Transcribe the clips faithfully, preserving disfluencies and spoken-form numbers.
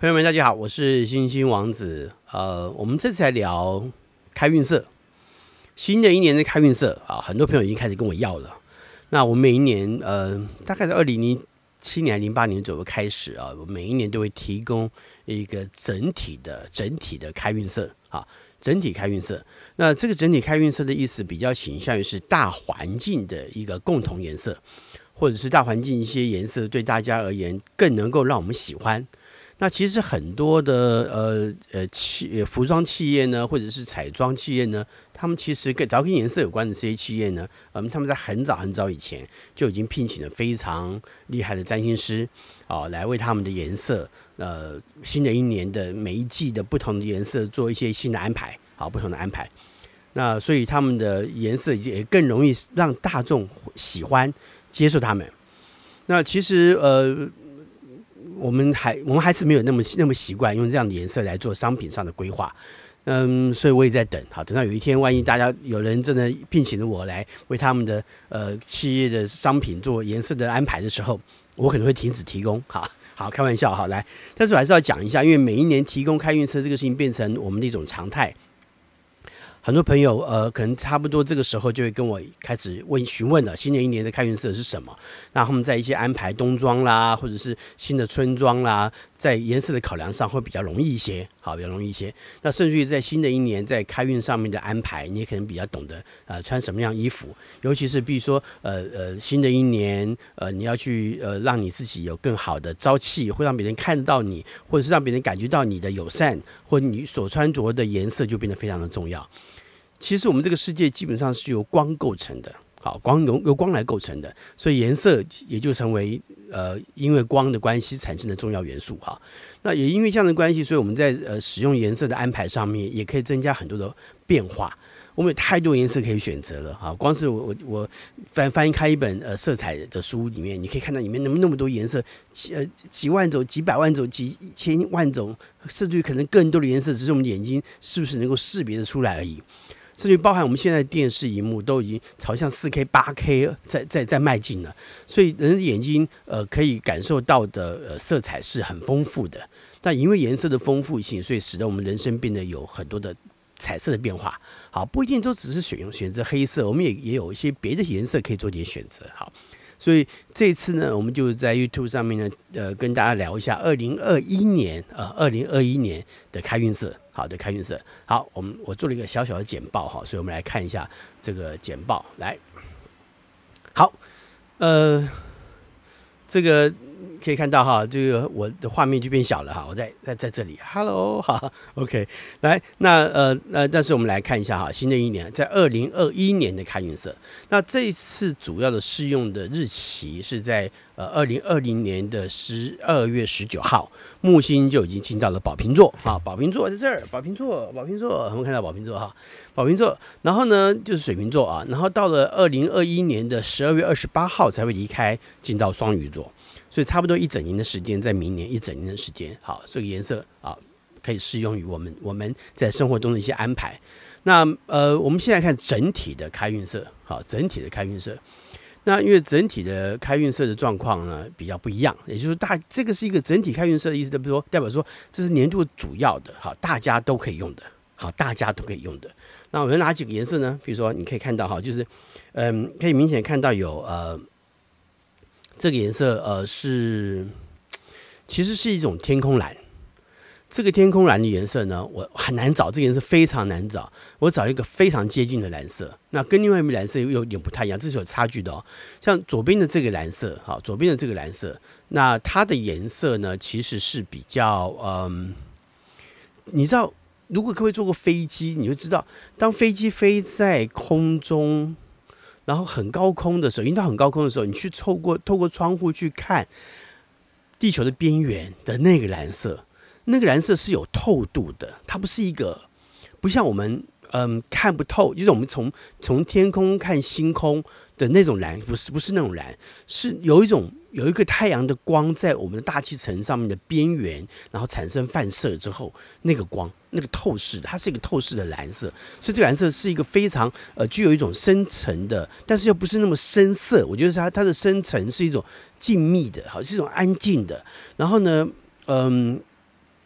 朋友们，大家好，我是星星王子。呃，我们这次来聊开运色。新的一年的开运色啊，很多朋友已经开始跟我要了。那我每一年，呃，大概在二零零七年、零八年左右开始啊，我每一年都会提供一个整体的、整体的开运色啊，整体开运色。那这个整体开运色的意思，比较倾向于是大环境的一个共同颜色，或者是大环境一些颜色对大家而言更能够让我们喜欢。那其实很多的呃呃企服装企业呢，或者是彩妆企业呢，他们其实跟只要跟颜色有关的这些企业呢，嗯，他们在很早很早以前就已经聘请了非常厉害的占星师啊、哦，来为他们的颜色，呃，新的一年的每一季的不同的颜色做一些新的安排，好，不同的安排。那所以他们的颜色也更容易让大众喜欢接受他们。那其实呃。我们还我们还是没有那么那么习惯用这样的颜色来做商品上的规划，嗯，所以我也在等，好，等到有一天，万一大家有人真的聘请了我来为他们的呃企业的商品做颜色的安排的时候，我可能会停止提供，好，好，开玩笑，好来，但是我还是要讲一下，因为每一年提供开运色这个事情变成我们的一种常态。很多朋友呃，可能差不多这个时候就会跟我开始问询问了，新的一年的开运色是什么？那他们在一些安排冬装啦，或者是新的春装啦，在颜色的考量上会比较容易一些，好，比较容易一些。那甚至于在新的一年在开运上面的安排，你也可能比较懂得呃穿什么样衣服，尤其是比如说呃呃新的一年呃你要去呃让你自己有更好的朝气，会让别人看得到你，或者是让别人感觉到你的友善，或者你所穿着的颜色就变得非常的重要。其实我们这个世界基本上是由光构成的，好，光由由光来构成的，所以颜色也就成为呃因为光的关系产生的重要元素哈。那也因为这样的关系，所以我们在呃使用颜色的安排上面也可以增加很多的变化。我们有太多颜色可以选择了哈，光是我我我翻翻开一本呃色彩的书里面，你可以看到里面那么那么多颜色，几呃几万种、几百万种、几千万种，甚至于可能更多的颜色，只是我们眼睛是不是能够识别的出来而已。甚至包含我们现在的电视荧幕都已经朝向 四 K、八 K 在在在迈进了，所以人的眼睛呃可以感受到的呃色彩是很丰富的。但因为颜色的丰富性，所以使得我们人生变得有很多的彩色的变化。好，不一定都只是选选择黑色，我们也也有一些别的颜色可以做点选择。好。所以这一次呢，我们就在 YouTube 上面呢，呃，跟大家聊一下二零二一年，呃，二零二一年的开运色，好的开运色。好，我们我做了一个小小的简报哈，所以我们来看一下这个简报。来，好，呃，这个可以看到哈，这个我的画面就变小了哈，我在在在这里 ，Hello， 好 ，OK， 来，那呃呃，但是我们来看一下哈，新的一年在二零二一年的开运色，那这一次主要的适用的日期是在呃二零二零年的十二月十九号，木星就已经进到了宝瓶座啊，宝瓶座在这儿，宝瓶座，宝瓶座，我们看到宝瓶座哈，宝瓶座，然后呢就是水瓶座啊，然后到了二零二一年的十二月二十八号才会离开，进到双鱼座。所以差不多一整年的时间，在明年一整年的时间，好，这个颜色啊，可以适用于我们我们在生活中的一些安排。那呃，我们现在看整体的开运色，好，整体的开运色。那因为整体的开运色的状况呢比较不一样，也就是大这个是一个整体开运色的意思，代表说代表说这是年度主要的，好，大家都可以用的，好，大家都可以用的。那我有哪几个颜色呢？比如说你可以看到哈，就是嗯，可以明显看到有呃。这个颜色呃是，其实是一种天空蓝。这个天空蓝的颜色呢，我很难找，这个颜色非常难找。我找一个非常接近的蓝色，那跟另外一个蓝色又有点不太一样，这是有差距的哦。像左边的这个蓝色，好，左边的这个蓝色，那它的颜色呢，其实是比较嗯，你知道，如果各位坐过飞机，你就知道，当飞机飞在空中。然后很高空的时候，已经到很高空的时候，你去透过透过窗户去看地球的边缘的那个蓝色，那个蓝色是有透度的，它不是一个不像我们嗯看不透，就是我们从从天空看星空的那种蓝，不是不是那种蓝，是有一种有一个太阳的光在我们的大气层上面的边缘，然后产生反射之后，那个光。那个透视的，它是一个透视的蓝色，所以这个蓝色是一个非常呃具有一种深层的，但是又不是那么深色。我觉得它它的深层是一种静谧的，好，是一种安静的。然后呢，嗯，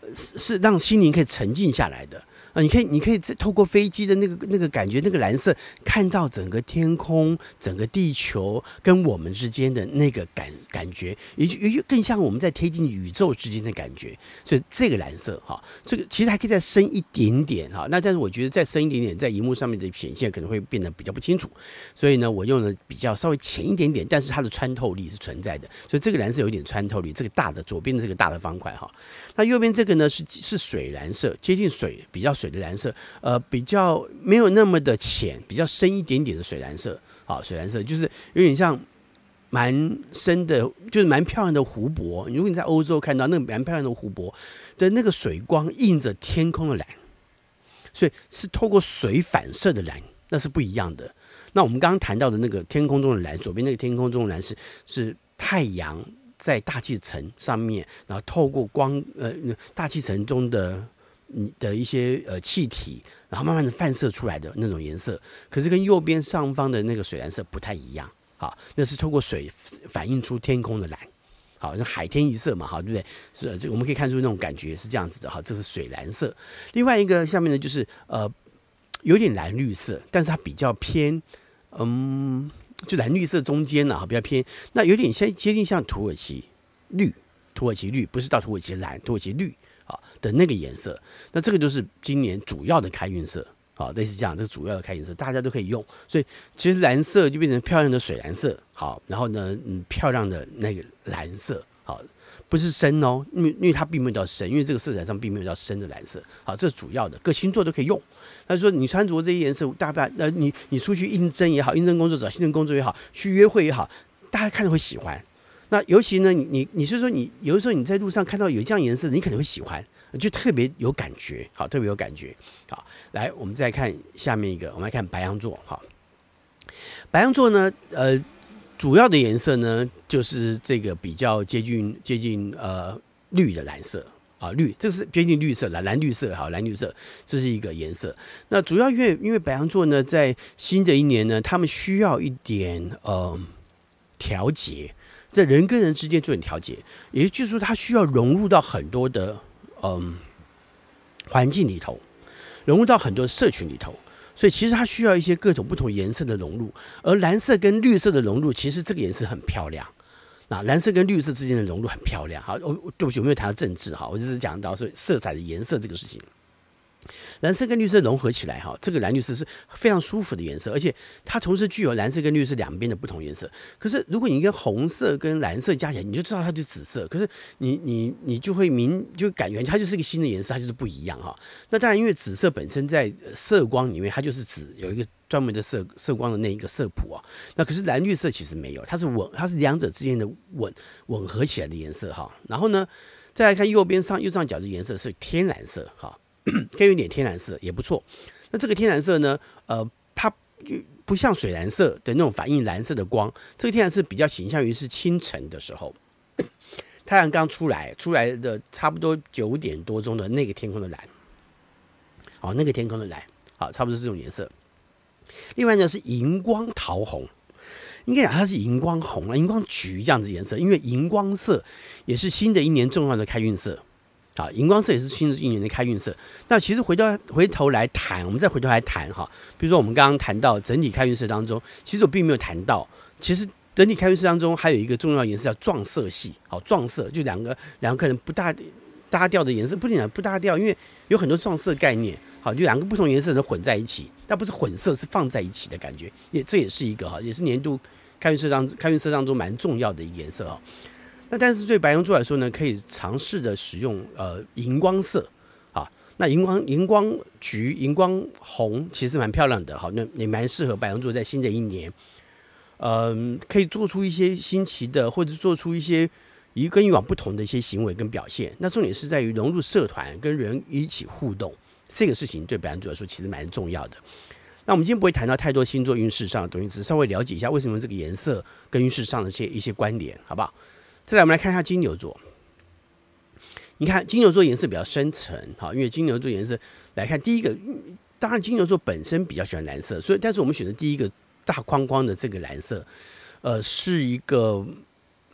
是是让心灵可以沉静下来的。啊，你可以，你可以透过飞机的那个那个感觉，那个蓝色，看到整个天空、整个地球跟我们之间的那个感感觉，也也更像我们在贴近宇宙之间的感觉。所以这个蓝色哈，这个其实还可以再深一点点哈。那但是我觉得再深一点点，在荧幕上面的显现可能会变得比较不清楚。所以呢，我用了比较稍微浅一点点，但是它的穿透力是存在的。所以这个蓝色有一点穿透力。这个大的左边的这个大的方块哈，那右边这个呢是是水蓝色，接近水比较水。水的蓝色，呃，比较没有那么的浅，比较深一点点的水蓝色，好，水蓝色就是有点像蛮深的，就是蛮漂亮的湖泊。如果你在欧洲看到那个蛮漂亮的湖泊的那个水光映着天空的蓝，所以是透过水反射的蓝，那是不一样的。那我们刚刚谈到的那个天空中的蓝，左边那个天空中的蓝是是太阳在大气层上面，然后透过光，呃，大气层中的。的一些呃气体，然后慢慢的泛射出来的那种颜色，可是跟右边上方的那个水蓝色不太一样，好，那是透过水反映出天空的蓝，好，那海天一色嘛，好，对不对？是这我们可以看出那种感觉是这样子的，好，这是水蓝色。另外一个下面呢，就是呃有点蓝绿色，但是它比较偏，嗯，就蓝绿色中间呢，比较偏，那有点像接近像土耳其绿，土耳其绿不是到土耳其蓝，土耳其绿。好的那个颜色，那这个就是今年主要的开运色，好，类似这样，这是主要的开运色，大家都可以用。所以其实蓝色就变成漂亮的水蓝色，好，然后呢，嗯，漂亮的那个蓝色，好，不是深哦，因为因为它并没有到深，因为这个色彩上并没有到深的蓝色，好，这是主要的，各星座都可以用。他说你穿着这些颜色，大概呃，你你出去应征也好，应征工作找新人工作也好，去约会也好，大家看着会喜欢。那尤其呢，你你你是说你有的时候你在路上看到有这样颜色的，你可能会喜欢，就特别有感觉，好，特别有感觉。好，来，我们再看下面一个，我们来看白羊座。好，白羊座呢，呃，主要的颜色呢，就是这个比较接近接近呃绿的蓝色啊，绿，这个是接近绿色蓝蓝绿色，好，蓝绿色，这是一个颜色。那主要因为因为白羊座呢，在新的一年呢，他们需要一点呃调节。在人跟人之间做点调节，也就是说，他需要融入到很多的嗯环境里头，融入到很多社群里头，所以其实它需要一些各种不同颜色的融入。而蓝色跟绿色的融入，其实这个颜色很漂亮。那蓝色跟绿色之间的融入很漂亮。好，我对不起，我没有谈到政治哈，我就是讲到是色彩的颜色这个事情。蓝色跟绿色融合起来哈，这个蓝绿色是非常舒服的颜色，而且它同时具有蓝色跟绿色两边的不同颜色。可是如果你跟红色跟蓝色加起来，你就知道它就是紫色。可是你你你就会明就感觉它就是一个新的颜色，它就是不一样哈。那当然，因为紫色本身在色光里面，它就是紫有一个专门的色色光的那一个色谱啊。那可是蓝绿色其实没有，它是吻，它是两者之间的吻吻合起来的颜色哈。然后呢，再来看右边上右上角的颜色是天蓝色哈。可以有点天蓝色也不错。那这个天蓝色呢，呃，它不像水蓝色的那种反映蓝色的光，这个天蓝色比较倾向于是清晨的时候，太阳刚出来，出来的差不多九点多钟的那个天空的蓝，好，那个天空的蓝，好，差不多是这种颜色。另外呢是荧光桃红，应该讲它是荧光红啊，荧光橘这样子颜色，因为荧光色也是新的一年重要的开运色。好，荧光色也是新的一年的开运色。那其实回到回头来谈，我们再回头来谈哈，比如说我们刚刚谈到整体开运色当中，其实我并没有谈到，其实整体开运色当中还有一个重要颜色叫撞色系。好，撞色就两个两个可能不大搭调的颜色，不仅不搭调，因为有很多撞色概念。好，就两个不同颜色的混在一起，但不是混色，是放在一起的感觉。也这也是一个哈，也是年度开运色当开运色当中蛮重要的一个颜色哈。那但是对白羊座来说呢，可以尝试的使用呃荧光色啊，那荧光荧光橘、荧光红其实蛮漂亮的，好，那也蛮适合白羊座在新的一年，嗯、呃，可以做出一些新奇的，或者做出一些以跟以往不同的一些行为跟表现。那重点是在于融入社团，跟人一起互动，这个事情对白羊座来说其实蛮重要的。那我们今天不会谈到太多星座运势上的东西，只是稍微了解一下为什么这个颜色跟运势上的一些一些关联，好不好？再来，我们来看一下金牛座。你看金牛座颜色比较深沉，好，因为金牛座颜色来看，第一个，当然金牛座本身比较喜欢蓝色，所以但是我们选择第一个大框框的这个蓝色，呃，是一个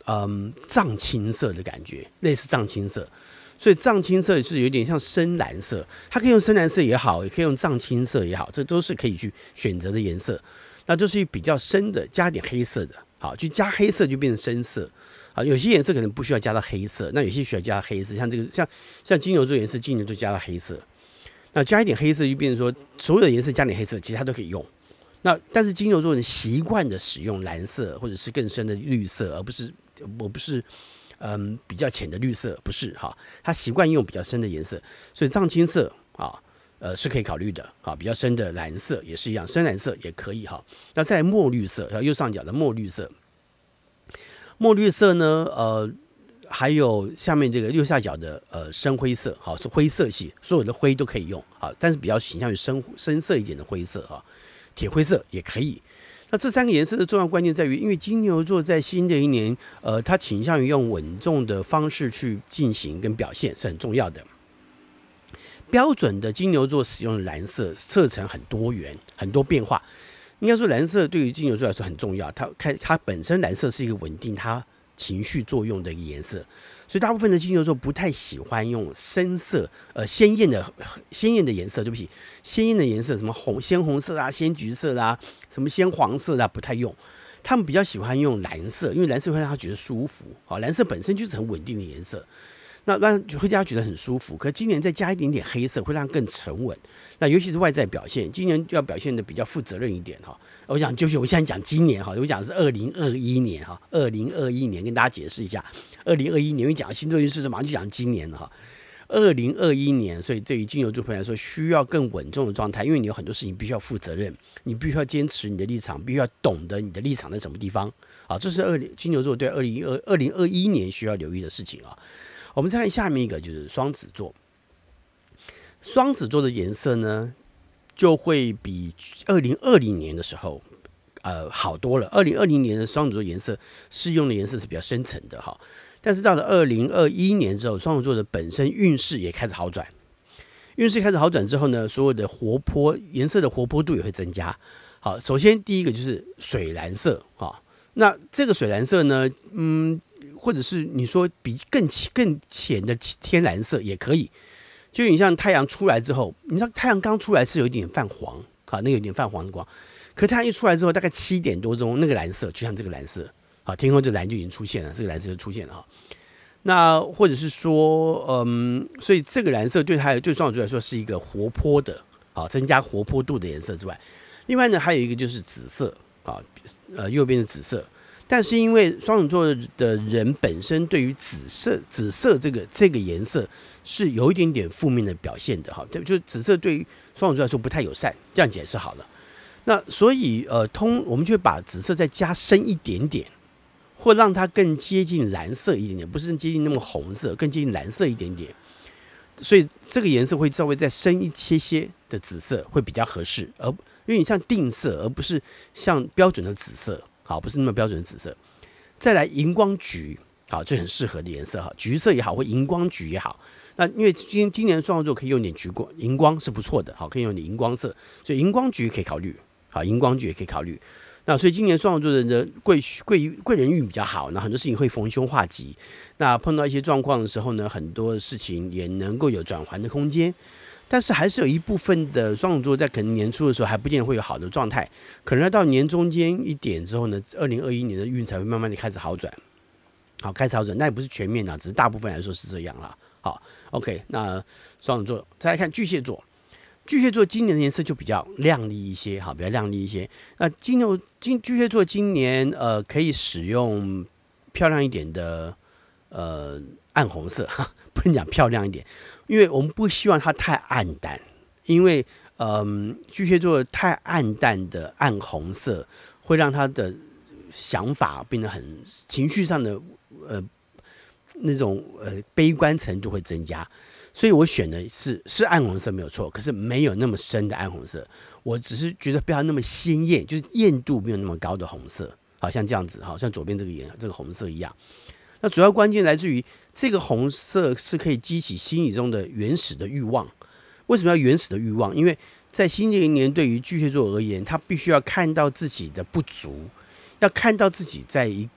嗯藏青色的感觉，类似藏青色。所以藏青色是有点像深蓝色，它可以用深蓝色也好，也可以用藏青色也好，这都是可以去选择的颜色。那都是比较深的，加点黑色的，好，去加黑色就变成深色。啊，有些颜色可能不需要加到黑色，那有些需要加到黑色，像这个像像金牛座颜色，金牛就加到黑色。那加一点黑色就变成说，所有的颜色加点黑色，其实它都可以用。那但是金牛座人习惯的使用蓝色或者是更深的绿色，而不是我不是。嗯，比较浅的绿色不是哈，他习惯用比较深的颜色，所以藏青色啊，呃是可以考虑的啊，比较深的蓝色也是一样，深蓝色也可以哈。那再来墨绿色，右上角的墨绿色，墨绿色呢，呃，还有下面这个右下角的呃深灰色，好是灰色系，所有的灰都可以用啊，但是比较倾向于深深色一点的灰色哈，铁灰色也可以。那这三个颜色的重要关键在于，因为金牛座在新的一年，呃，它倾向于用稳重的方式去进行跟表现，是很重要的。标准的金牛座使用的蓝色色层很多元，很多变化。应该说，蓝色对于金牛座来说很重要，它它本身蓝色是一个稳定它情绪作用的一个颜色，所以大部分的金牛座不太喜欢用深色、呃鲜艳的鲜艳的颜色。对不起，鲜艳的颜色，什么红、鲜红色啦、鲜橘色啦、什么鲜黄色啦，不太用。他们比较喜欢用蓝色，因为蓝色会让他觉得舒服。好，蓝色本身就是很稳定的颜色，那让会让他觉得很舒服。可是今年再加一点点黑色，会让他更沉稳。那尤其是外在表现，今年要表现的比较负责任一点哈。我讲就是我现在讲今年哈，我讲的是二零二一年哈，二零二一年跟大家解释一下，二零二一年因为讲星座运势，马上就讲今年了哈。二零二一年，所以对于金牛座朋友来说，需要更稳重的状态，因为你有很多事情必须要负责任，你必须要坚持你的立场，必须要懂得你的立场在什么地方。好，这是二金牛座对二零二二零二一年需要留意的事情啊。我们再看下面一个，就是双子座。双子座的颜色呢，就会比二零二零年的时候，呃，好多了。二零二零年的双子座颜色适用的颜色是比较深层的哈，但是到了二零二一年之后，双子座的本身运势也开始好转。运势开始好转之后呢，所有的活泼颜色的活泼度也会增加。好，首先第一个就是水蓝色哈，那这个水蓝色呢，嗯，或者是你说比更更浅的天蓝色也可以。就你像太阳出来之后，你知道太阳刚出来是有一点泛黄，好，那个有点泛黄的光。可太阳一出来之后，大概七点多钟，那个蓝色就像这个蓝色，好，天空这蓝就已经出现了，这个蓝色就出现了哈。那或者是说，嗯，所以这个蓝色对它对双子座来说是一个活泼的，好，增加活泼度的颜色之外，另外呢还有一个就是紫色，啊，呃，右边的紫色。但是因为双子座的人本身对于紫色紫色这个这个颜色是有一点点负面的表现的哈，就紫色对于双子座来说不太友善，这样解释好了。那所以呃，通我们就会把紫色再加深一点点，或让它更接近蓝色一点点，不是接近那么红色，更接近蓝色一点点。所以这个颜色会稍微再深一些些的紫色会比较合适，而因为你像定色，而不是像标准的紫色。好，不是那么标准的紫色。再来荧光橘，好，这很适合的颜色哈，橘色也好，或荧光橘也好。那因为今今年双子座可以用点橘光，荧光是不错的，好，可以用点荧光色，所以荧光橘可以考虑，好，荧光橘也可以考虑。那所以今年双子座的人的贵贵贵人运比较好，那很多事情会逢凶化吉。那碰到一些状况的时候呢，很多事情也能够有转圜的空间。但是还是有一部分的双子座在可能年初的时候还不见得会有好的状态，可能要到年中间一点之后呢，二零二一年的运才会慢慢的开始好转，好，开始好转，那也不是全面的，只是大部分来说是这样啦。好 ，OK， 那双子座再来看巨蟹座，巨蟹座今年的颜色就比较亮丽一些，好，比较亮丽一些。那金牛金巨蟹座今年呃可以使用漂亮一点的呃暗红色，不能讲漂亮一点。因为我们不希望它太暗淡，因为嗯，巨蟹座太暗淡的暗红色会让他的想法变得很情绪上的呃那种呃悲观程度会增加，所以我选的是是暗红色没有错，可是没有那么深的暗红色，我只是觉得不要那么鲜艳，就是艳度没有那么高的红色，好像这样子，好像左边这个颜这个红色一样。那主要关键来自于这个红色是可以激起心理中的原始的欲望。为什么要原始的欲望？因为在新的一年对于巨蟹座而言，他必须要看到自己的不足，要看到自己在一个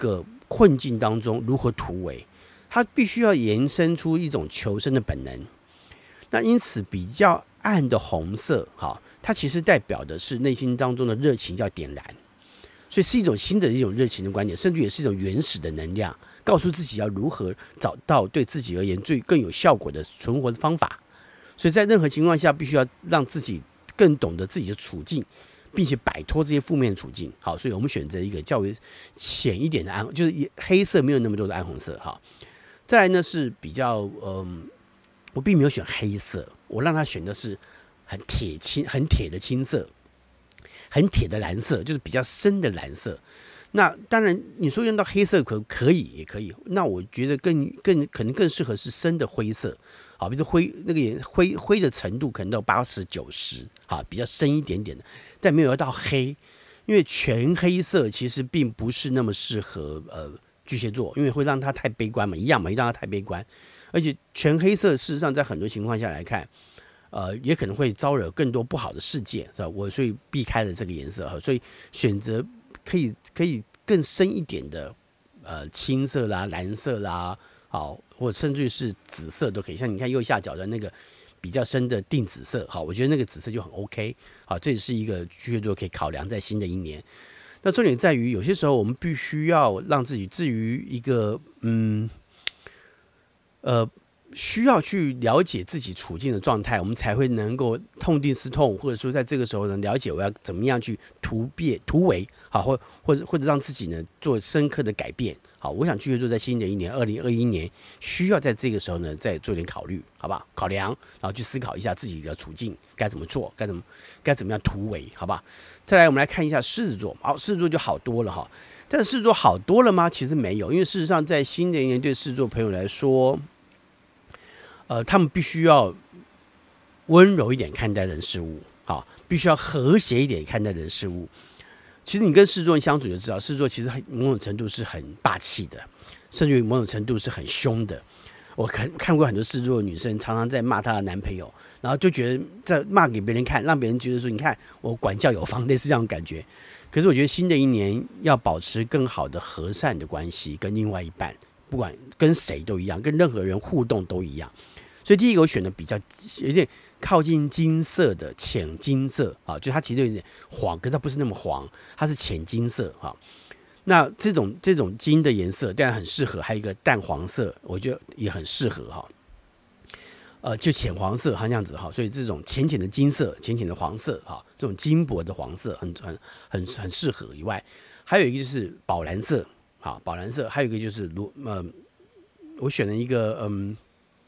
困境当中如何突围，他必须要延伸出一种求生的本能。那因此比较暗的红色，哈，它其实代表的是内心当中的热情要点燃，所以是一种新的一种热情的观点，甚至也是一种原始的能量，告诉自己要如何找到对自己而言最更有效果的存活的方法。所以在任何情况下，必须要让自己更懂得自己的处境，并且摆脱这些负面的处境。好，所以我们选择一个较为浅一点的暗，就是黑色没有那么多的暗红色。好，再来呢是比较嗯。我并没有选黑色，我让他选的是很铁青、很铁的青色，很铁的蓝色，就是比较深的蓝色。那当然，你说用到黑色可可以，也可以。那我觉得更更可能更适合是深的灰色，好，比如说灰那个灰灰的程度可能到八十九十，好，比较深一点点的，但没有到黑，因为全黑色其实并不是那么适合呃巨蟹座，因为会让他太悲观嘛，一样嘛，让他太悲观。而且全黑色事实上在很多情况下来看，呃，也可能会招惹更多不好的事件，是吧？我所以避开了这个颜色，所以选择可以可以更深一点的，呃，青色啦、蓝色啦，好，或者甚至是紫色都可以。像你看右下角的那个比较深的定紫色，好，我觉得那个紫色就很 OK， 好，这也是一个巨蟹座可以考量在新的一年。那重点在于，有些时候我们必须要让自己置于一个嗯。呃，需要去了解自己处境的状态，我们才会能够痛定思痛，或者说在这个时候呢，了解我要怎么样去突变、突围，好，或或者或者让自己呢做深刻的改变。好，我想巨蟹座在新的一年二零二一年，需要在这个时候呢再做点考虑，好吧？考量，然后去思考一下自己的处境该怎么做，该怎么该怎么样突围，好吧？再来，我们来看一下狮子座，好，狮子座就好多了哈。但是狮子座好多了吗？其实没有，因为事实上在新的一年对狮子座朋友来说，呃，他们必须要温柔一点看待人事物，好，必须要和谐一点看待人事物。其实你跟狮子座相处就知道，狮子座其实某种程度是很霸气的，甚至于某种程度是很凶的。我看看过很多狮子座的女生，常常在骂她的男朋友，然后就觉得在骂给别人看，让别人觉得说，你看我管教有方，类似这样的感觉。可是我觉得新的一年要保持更好的和善的关系，跟另外一半，不管跟谁都一样，跟任何人互动都一样。所以第一个我选的比较有点靠近金色的浅金色啊，就它其实有点黄，可是它不是那么黄，它是浅金色哈。那这种这种金的颜色当然很适合，还有一个淡黄色，我觉得也很适合哈。呃，就浅黄色哈这样子哈，所以这种浅浅的金色、浅浅的黄色哈，这种金箔的黄色很很很很适合。以外，还有一个就是宝蓝色，好，宝蓝色，还有一个就是罗呃，我选了一个嗯。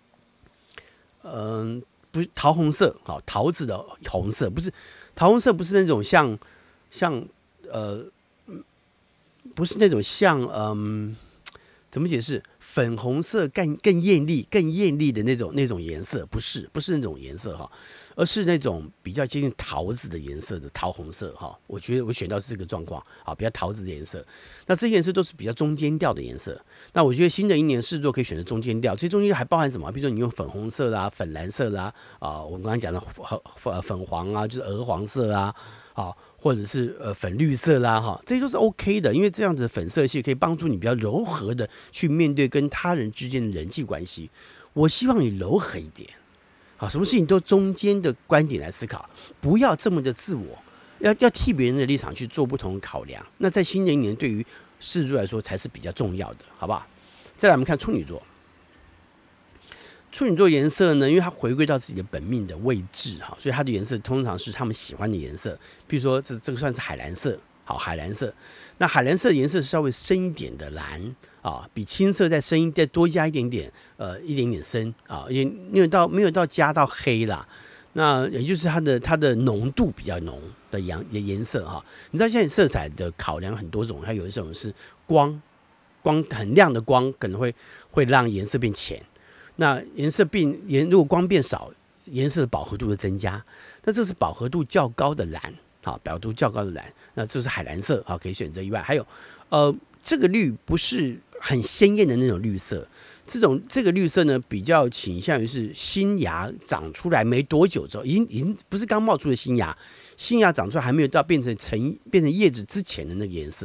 嗯，不是桃红色，好，桃子的红色，不是桃红色，不是那种像像呃，不是那种像嗯，怎么解释？粉红色更更艳丽、更艳丽的那种那种颜色，不是不是那种颜色哈，而是那种比较接近桃子的颜色的桃红色哈。我觉得我选到是这个状况，好，比较桃子的颜色。那这些颜色都是比较中间调的颜色。那我觉得新的一年狮子座可以选择中间调，这中间还包含什么？比如说你用粉红色啦、粉蓝色啦，啊、呃，我刚刚讲的粉粉黄啊，就是鹅黄色啊，啊，或者是呃粉绿色啦，哈，这些都是 OK 的，因为这样子的粉色系可以帮助你比较柔和的去面对跟他人之间的人际关系。我希望你柔和一点，好，什么事情都中间的观点来思考，不要这么的自我，要要替别人的立场去做不同的考量。那在新的一年，对于狮子座来说才是比较重要的，好不好？再来，我们看处女座。处女座颜色呢，因为它回归到自己的本命的位置哈，所以它的颜色通常是他们喜欢的颜色。比如说，这这个算是海蓝色，好，海蓝色。那海蓝色的颜色是稍微深一点的蓝啊，比青色再深一再多加一点点，呃，一点点深啊，也没有到没有到加到黑啦。那也就是它的它的浓度比较浓的颜颜色哈。你知道现在色彩的考量很多种，它有一种是光光很亮的光，可能会会让颜色变浅。那颜色变颜，如果光变少，颜色的饱和度的增加。那这是饱和度较高的蓝，好，饱和度较高的蓝。那这是海蓝色，好，可以选择以外，还有，呃，这个绿不是很鲜艳的那种绿色，这种这个绿色呢，比较倾向于是新芽长出来没多久之后，已经已经不是刚冒出的新芽，新芽长出来还没有到变成成变成叶子之前的那个颜色。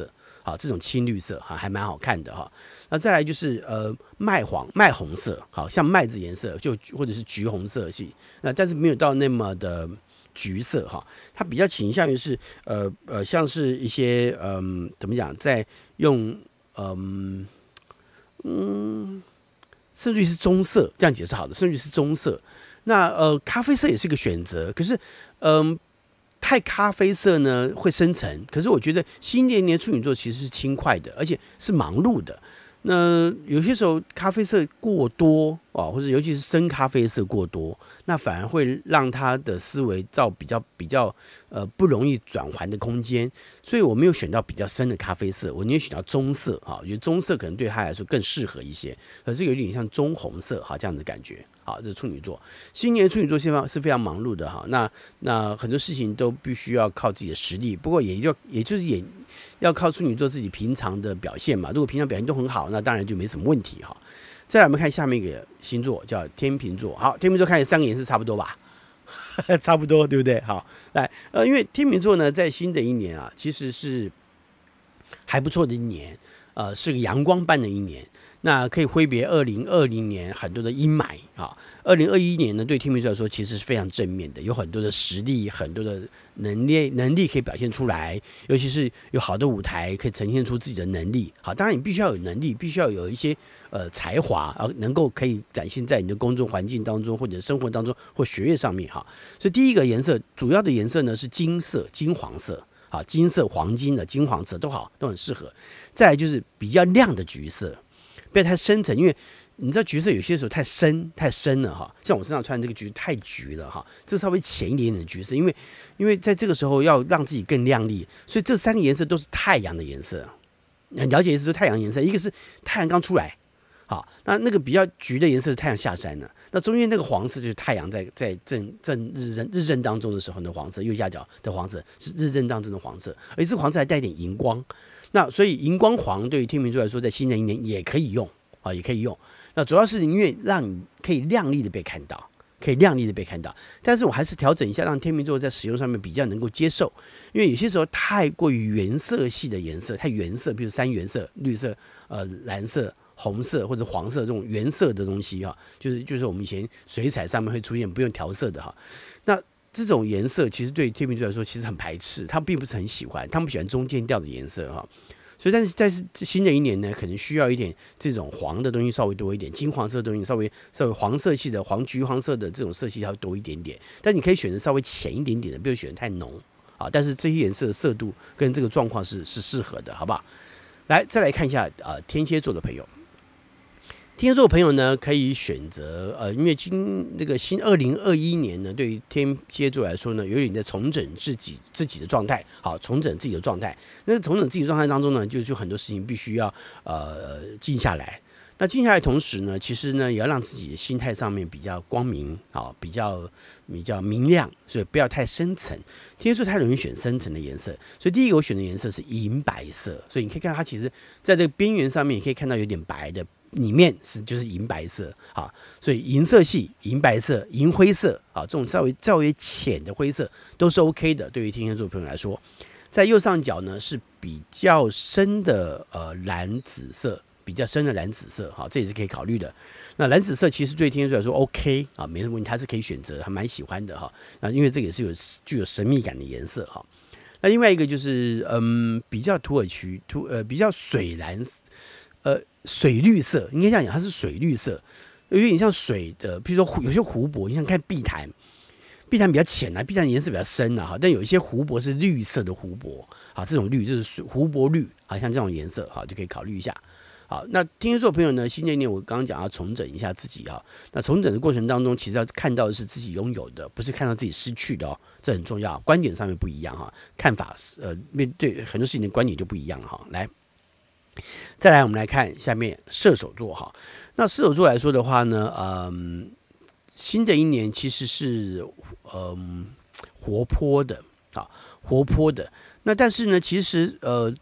好，这种青绿色哈，还蛮好看的哈。那再来就是呃麦黄、麦红色，好像麦子颜色，就或者是橘红色系，那但是没有到那么的橘色哈，它比较倾向于是呃呃像是一些嗯、呃、怎么讲，在用嗯嗯甚至于是棕色，这样解释好的，甚至于是棕色。那呃咖啡色也是个选择，可是嗯。呃太咖啡色呢会深沉，可是我觉得新的一年处女座其实是轻快的，而且是忙碌的。那有些时候咖啡色过多啊，或者尤其是深咖啡色过多，那反而会让他的思维造比较比较呃不容易转换的空间。所以我没有选到比较深的咖啡色，我宁愿选到棕色啊，我觉得棕色可能对他来说更适合一些，可是有点像棕红色哈这样的感觉。好，这是处女座，新年处女座现在是非常忙碌的哈。那那很多事情都必须要靠自己的实力，不过也就也就是也要靠处女座自己平常的表现嘛。如果平常表现都很好，那当然就没什么问题哈。再来我们看下面一个星座叫天秤座，好，天秤座看起来三个颜色差不多吧，差不多对不对？好，来呃，因为天秤座呢，在新的一年啊，其实是还不错的一年，呃，是个阳光般的一年。那可以挥别二零二零年很多的阴霾啊，二零二一年呢，对天秤座来说其实是非常正面的，有很多的实力，很多的能力能力可以表现出来，尤其是有好的舞台可以呈现出自己的能力。好，当然你必须要有能力，必须要有一些呃才华，而能够可以展现在你的工作环境当中，或者生活当中，或学业上面哈。所以第一个颜色，主要的颜色呢是金色、金黄色。好，金色、黄金的、金黄色都好，都很适合。再来就是比较亮的橘色。不要太深沉，因为你知道橘色有些时候太深太深了哈，像我身上穿的这个橘太橘了哈，这个稍微浅一点点的橘色，因为因为在这个时候要让自己更亮丽，所以这三个颜色都是太阳的颜色。很了解意思，就是太阳颜色，一个是太阳刚出来，好，那那个比较橘的颜色是太阳下山了，那中间那个黄色就是太阳在在正正日正日正当中的时候的黄色，右下角的黄色是日正当中的黄色，而且这个黄色还带一点荧光。那所以荧光黄对于天秤座来说，在新的一年也可以用啊，也可以用。那主要是因为让你可以亮丽的被看到，可以亮丽的被看到。但是我还是调整一下，让天秤座在使用上面比较能够接受。因为有些时候太过于原色系的颜色，太原色，比如三原色、绿色、呃蓝色、红色或者黄色这种原色的东西哈，就是就是我们以前水彩上面会出现不用调色的哈。那这种颜色其实对天秤座来说其实很排斥，他们并不是很喜欢，他们喜欢中间调的颜色哈。所以，但是在新的一年呢，可能需要一点这种黄的东西稍微多一点，金黄色的东西稍微稍微黄色系的黄橘黄色的这种色系要多一点点。但你可以选择稍微浅一点点的，不用选得太浓啊。但是这些颜色的色度跟这个状况是是适合的，好不好？来，再来看一下呃天蝎座的朋友。天蝎座的朋友呢，可以选择呃，因为今这个新二零二一年呢，对于天蝎座来说呢，有点在重整自己自己的状态，好，重整自己的状态。那重整自己的状态当中呢，就就很多事情必须要呃静下来。那静下来的同时呢，其实呢，也要让自己的心态上面比较光明，好，比较比较明亮，所以不要太深沉。天蝎座太容易选深沉的颜色，所以第一个我选的颜色是银白色，所以你可以看到它其实在这个边缘上面，你可以看到有点白的。里面是就是银白色啊，所以银色系、银白色、银灰色啊，这种稍微较为浅的灰色都是 OK 的。对于天蝎座朋友来说，在右上角呢是比较深的呃蓝紫色，比较深的蓝紫色，好，这也是可以考虑的。那蓝紫色其实对天蝎座来说 OK 啊，没什么问题，它是可以选择，还蛮喜欢的哈。那因为这个也是有具有神秘感的颜色哈。那另外一个就是嗯比较土耳其土呃比较水蓝呃。水绿色应该这样讲，它是水绿色，有点像水的，比如说有些湖泊，你想看碧潭，碧潭比较浅啊，碧潭颜色比较深啊，哈，但有一些湖泊是绿色的湖泊，啊，这种绿就是水湖泊绿，好像这种颜色，好就可以考虑一下。好，那天蝎座朋友呢，新的一年我刚刚讲要重整一下自己啊，那重整的过程当中，其实要看到的是自己拥有的，不是看到自己失去的哦，这很重要，观点上面不一样哈，看法呃面对很多事情的观点就不一样了哈，来。再来，我们来看下面射手座哈。那射手座来说的话呢，嗯，新的一年其实是嗯活泼的啊，活泼的。那但是呢，其实呃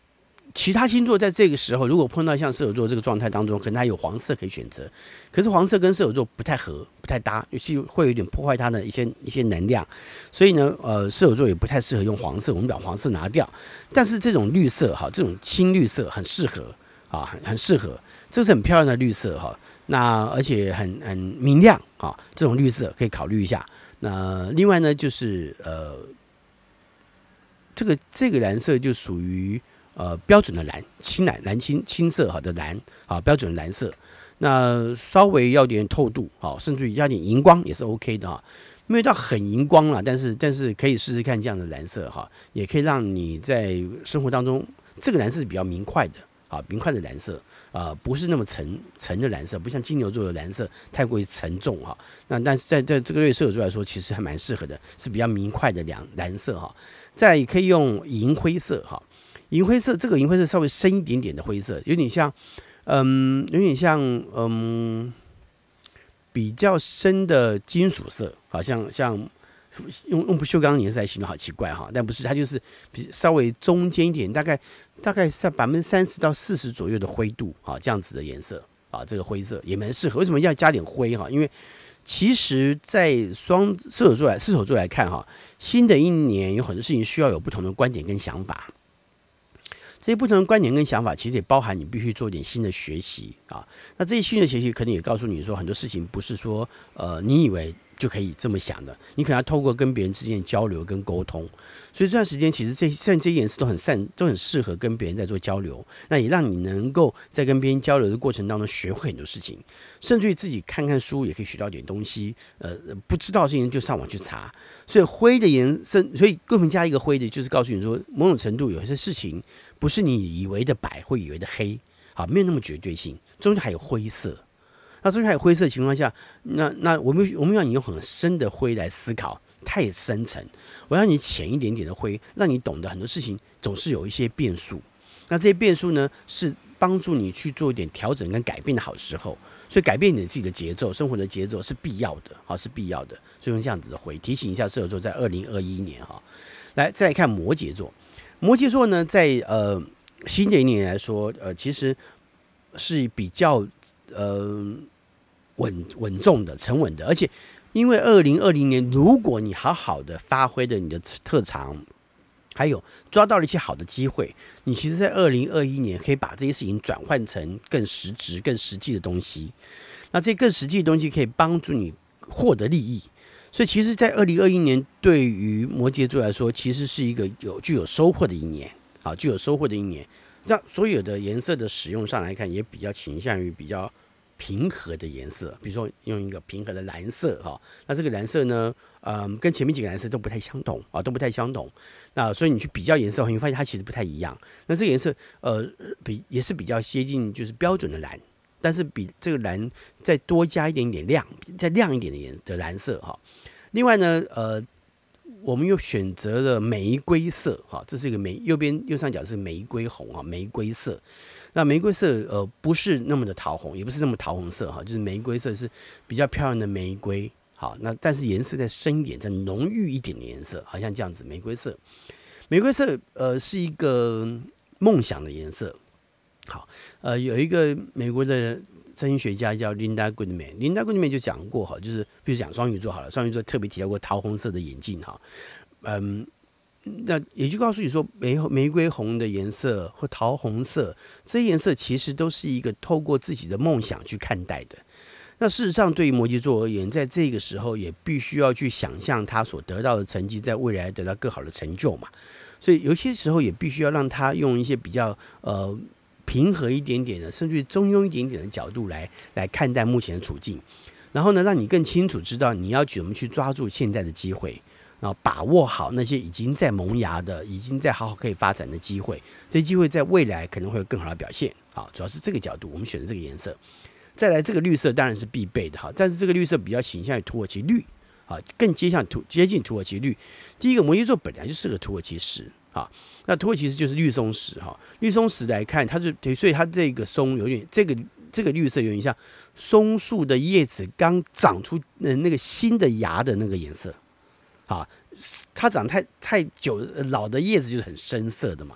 其他星座在这个时候，如果碰到像射手座这个状态当中，可能它有黄色可以选择，可是黄色跟射手座不太合，不太搭，尤其会有点破坏它的一些一些能量，所以呢，呃，射手座也不太适合用黄色，我们把黄色拿掉。但是这种绿色哈，这种青绿色很适合啊，很很适合，这是很漂亮的绿色哈。那而且很很明亮啊，这种绿色可以考虑一下。那另外呢，就是呃，这个这个蓝色就属于。呃，标准的蓝，青蓝，蓝青青色好的蓝啊，标准的蓝色。那稍微要点透度，好，甚至于加点荧光也是 OK 的哈，没有到很荧光了，但是但是可以试试看这样的蓝色哈，也可以让你在生活当中，这个蓝色是比较明快的啊，明快的蓝色啊、呃，不是那么沉沉的蓝色，不像金牛座的蓝色太过于沉重哈。那但是在在这个对射手座来说，其实还蛮适合的，是比较明快的两蓝色哈。再也可以用银灰色哈。银灰色，这个银灰色稍微深一点点的灰色，有点像，嗯，有点像，嗯，比较深的金属色，好像像用用不锈钢颜色来形容，好奇怪哈，但不是，它就是比稍微中间一点，大概大概在百分之三十到四十左右的灰度，啊，这样子的颜色啊，这个灰色也蛮适合。为什么要加点灰哈？因为其实，在双射手座来射手座来看哈，新的一年有很多事情需要有不同的观点跟想法。这些不同的观点跟想法，其实也包含你必须做一点新的学习啊。那这些新的学习，可能也告诉你说，很多事情不是说呃你以为就可以这么想的，你可能要透过跟别人之间的交流跟沟通。所以这段时间，其实这像这些颜色都很善，都很适合跟别人在做交流。那也让你能够在跟别人交流的过程当中学会很多事情，甚至于自己看看书也可以学到点东西。呃，不知道的事情就上网去查。所以灰的颜色，所以更加一个灰的，就是告诉你说，某种程度有些事情。不是你以为的白或以为的黑，好，没有那么绝对性，中间还有灰色。那中间还有灰色的情况下，那那我们我们要你用很深的灰来思考，太深沉。我要你浅一点点的灰，让你懂得很多事情总是有一些变数。那这些变数呢，是帮助你去做一点调整跟改变的好时候。所以改变你自己的节奏，生活的节奏是必要的，好，是必要的。所以用这样子的灰提醒一下射手座，在二零二一年哈，来再来看摩羯座。摩羯座呢，在呃新的一年来说，呃，其实是比较呃稳稳重的、沉稳的，而且因为二零二零年，如果你好好的发挥的你的特长，还有抓到了一些好的机会，你其实在二零二一年可以把这些事情转换成更实质、更实际的东西。那这更实际的东西可以帮助你获得利益。所以其实，在二零二一年对于摩羯座来说，其实是一个有具有收获的一年，好，具有收获的一年。那所有的颜色的使用上来看，也比较倾向于比较平和的颜色，比如说用一个平和的蓝色哈。那这个蓝色呢，嗯，跟前面几个蓝色都不太相同啊，都不太相同。那所以你去比较颜色，你会发现它其实不太一样。那这个颜色，呃，比也是比较接近就是标准的蓝，但是比这个蓝再多加一点点亮，再亮一点的颜的蓝色哈。另外呢，呃，我们又选择了玫瑰色哈，这是一个玫右边右上角是玫瑰红啊，玫瑰色。那玫瑰色呃不是那么的桃红，也不是那么桃红色哈，就是玫瑰色是比较漂亮的玫瑰。好，那但是颜色再深一点，再浓郁一点的颜色，好像这样子。玫瑰色，玫瑰色呃是一个梦想的颜色。好，呃，有一个美国的占星学家叫 Linda Goodman，Linda Goodman 就讲过哈，就是比如讲双鱼座好了，双鱼座特别提到过桃红色的眼镜哈，嗯，那也就告诉你说，玫玫瑰红的颜色或桃红色，这些颜色其实都是一个透过自己的梦想去看待的。那事实上，对于摩羯座而言，在这个时候也必须要去想象他所得到的成绩，在未来得到更好的成就嘛。所以有些时候也必须要让他用一些比较呃。平和一点点的，甚至中庸一点点的角度来来看待目前的处境，然后呢，让你更清楚知道你要怎么去抓住现在的机会，然后把握好那些已经在萌芽的、已经在好好可以发展的机会，这些机会在未来可能会有更好的表现。好，主要是这个角度，我们选择这个颜色。再来，这个绿色当然是必备的哈，但是这个绿色比较倾向于土耳其绿，啊，更接向土接近土耳其绿。第一个，摩羯座本来就适合土耳其石。好，那土耳其石就是绿松石哈，绿松石来看，它就所以它这个松有点这个这个绿色有点像松树的叶子刚长出呃那个新的芽的那个颜色，好，它长太太久老的叶子就是很深色的嘛，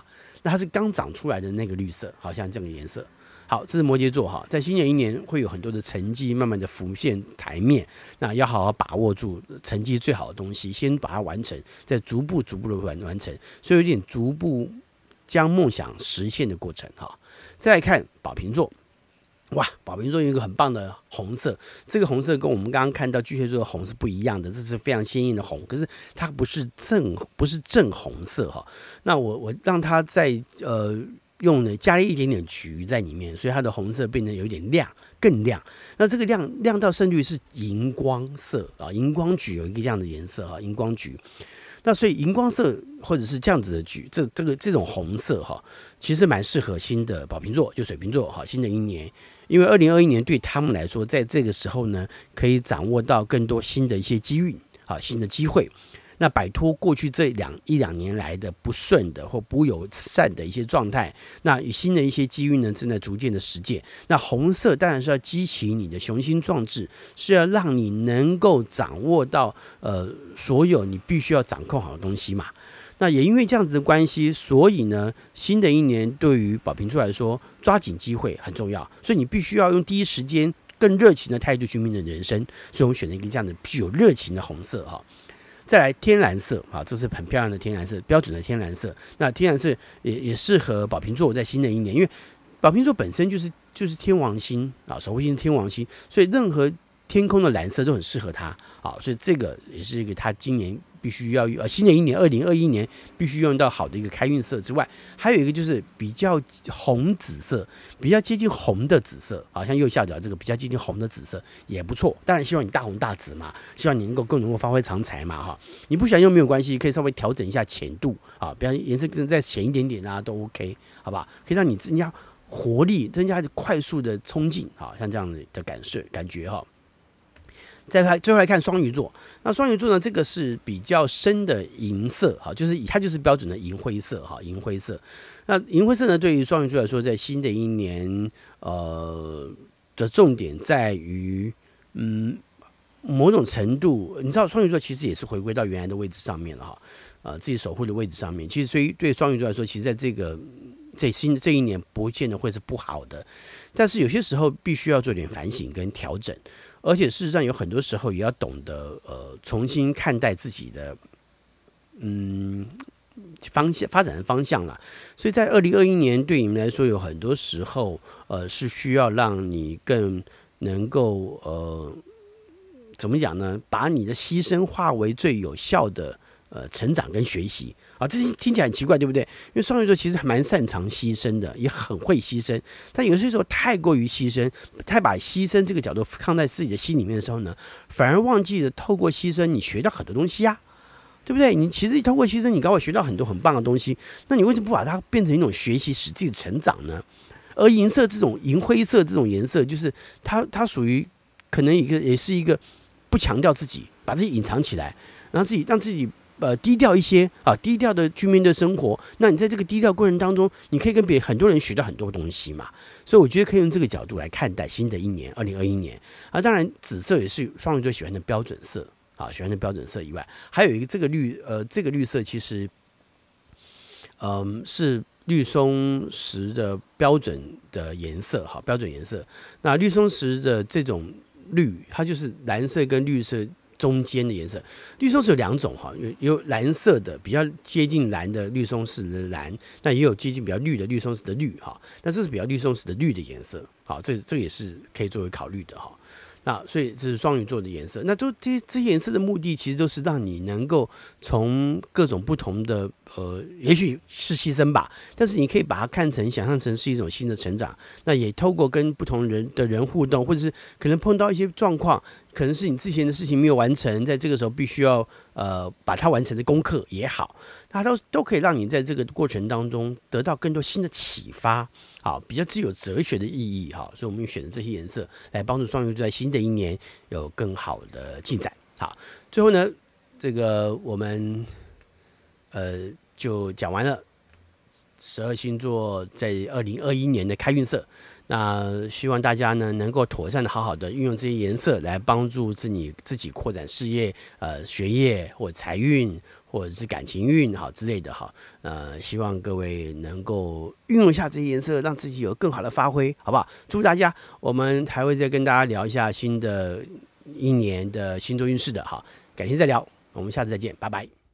那它是刚长出来的那个绿色，好像这个颜色。好，这是摩羯座哈，在新的一年会有很多的成绩慢慢的浮现台面，那要好好把握住成绩最好的东西，先把它完成，再逐步逐步的完完成，所以有点逐步将梦想实现的过程哈。再来看宝瓶座。哇，宝瓶座有一个很棒的红色，这个红色跟我们刚刚看到巨蟹座的红是不一样的，这是非常鲜艳的红，可是它不是正不是正红色哈。那我我让它在呃用呢加了一点点橘在里面，所以它的红色变得有点亮，更亮。那这个亮亮到甚至于是荧光色啊，荧光橘有一个这样的颜色哈，荧光橘。那所以荧光色或者是这样子的橘，这这个这种红色哈，其实蛮适合新的宝瓶座，就水瓶座哈，新的一年。因为二零二一年对他们来说，在这个时候呢，可以掌握到更多新的一些机遇啊，新的机会。那摆脱过去这两一两年来的不顺的或不友善的一些状态，那新的一些机遇呢，正在逐渐的实践。那红色当然是要激起你的雄心壮志，是要让你能够掌握到呃所有你必须要掌控好的东西嘛。那也因为这样子的关系，所以呢，新的一年对于宝瓶座来说，抓紧机会很重要，所以你必须要用第一时间更热情的态度去面对人生。所以我们选了一个这样的具有热情的红色哈。再来天蓝色啊，这是很漂亮的天蓝色，标准的天蓝色。那天蓝色也也适合宝瓶座在新的一年，因为宝瓶座本身就是就是天王星啊，守护星天王星，所以任何天空的蓝色都很适合它啊，所以这个也是一个他今年必须要呃新的一年二零二一年必须用到好的一个开运色之外，还有一个就是比较红紫色，比较接近红的紫色，好像右下角这个比较接近红的紫色也不错。当然希望你大红大紫嘛，希望你能够更能够发挥长才嘛哈。你不喜欢用没有关系，可以稍微调整一下浅度啊，比方颜色更再浅一点点啊都 OK， 好吧？可以让你增加活力，增加快速的冲劲啊，像这样的感受感觉哈。再来，最后来看双鱼座。那双鱼座呢，这个是比较深的银色，哈，就是它就是标准的银灰色，哈，银灰色。那银灰色呢，对于双鱼座来说，在新的一年，呃，的重点在于，嗯，某种程度，你知道，双鱼座其实也是回归到原来的位置上面了，哈，呃，自己守护的位置上面。其实，所以对双鱼座来说，其实在这个这新这一年，不见得会是不好的，但是有些时候必须要做点反省跟调整。而且事实上有很多时候也要懂得呃重新看待自己的嗯方向发展的方向啦。所以在二零二一年对你们来说，有很多时候呃是需要让你更能够呃怎么讲呢？把你的牺牲化为最有效的呃成长跟学习。啊，这听起来很奇怪，对不对？因为双鱼座其实还蛮擅长牺牲的，也很会牺牲。但有些时候太过于牺牲，太把牺牲这个角度放在自己的心里面的时候呢，反而忘记了透过牺牲你学到很多东西啊，对不对？你其实透过牺牲，你刚好学到很多很棒的东西。那你为什么不把它变成一种学习，使自己成长呢？而银色这种银灰色这种颜色，就是它它属于可能一个也是一个不强调自己，把自己隐藏起来，然后自己让自己。呃，低调一些啊，低调的去面对生活。那你在这个低调过程当中，你可以跟别很多人学到很多东西嘛。所以我觉得可以用这个角度来看待新的一年，二零二一年啊。当然，紫色也是双鱼座喜欢的标准色啊，喜欢的标准色以外，还有一个这个绿呃，这个绿色其实，嗯、呃，是绿松石的标准的颜色哈，标准颜色。那绿松石的这种绿，它就是蓝色跟绿色中间的颜色。绿松石有两种哈，有有蓝色的比较接近蓝的绿松石的蓝，那也有接近比较绿的绿松石的绿哈。那这是比较绿松石的绿的颜色，好，这这个也是可以作为考虑的哈。那所以这是双鱼座的颜色。那都这这些颜色的目的，其实都是让你能够从各种不同的呃，也许是牺牲吧，但是你可以把它看成、想象成是一种新的成长。那也透过跟不同人的人互动，或者是可能碰到一些状况，可能是你之前的事情没有完成，在这个时候必须要呃把它完成的功课也好，它都都可以让你在这个过程当中得到更多新的启发。好，比较具有哲学的意义哈，所以我们选择这些颜色来帮助双鱼座在新的一年有更好的进展。好，最后呢，这个我们呃就讲完了十二星座在二零二一年的开运色。那希望大家呢能够妥善的好好的运用这些颜色来帮助自己自己扩展事业、呃学业或财运或者是感情运好之类的哈。呃，希望各位能够运用一下这些颜色，让自己有更好的发挥，好不好？祝大家，我们还会再跟大家聊一下新的一年的星座运势的哈，改天再聊，我们下次再见，拜拜。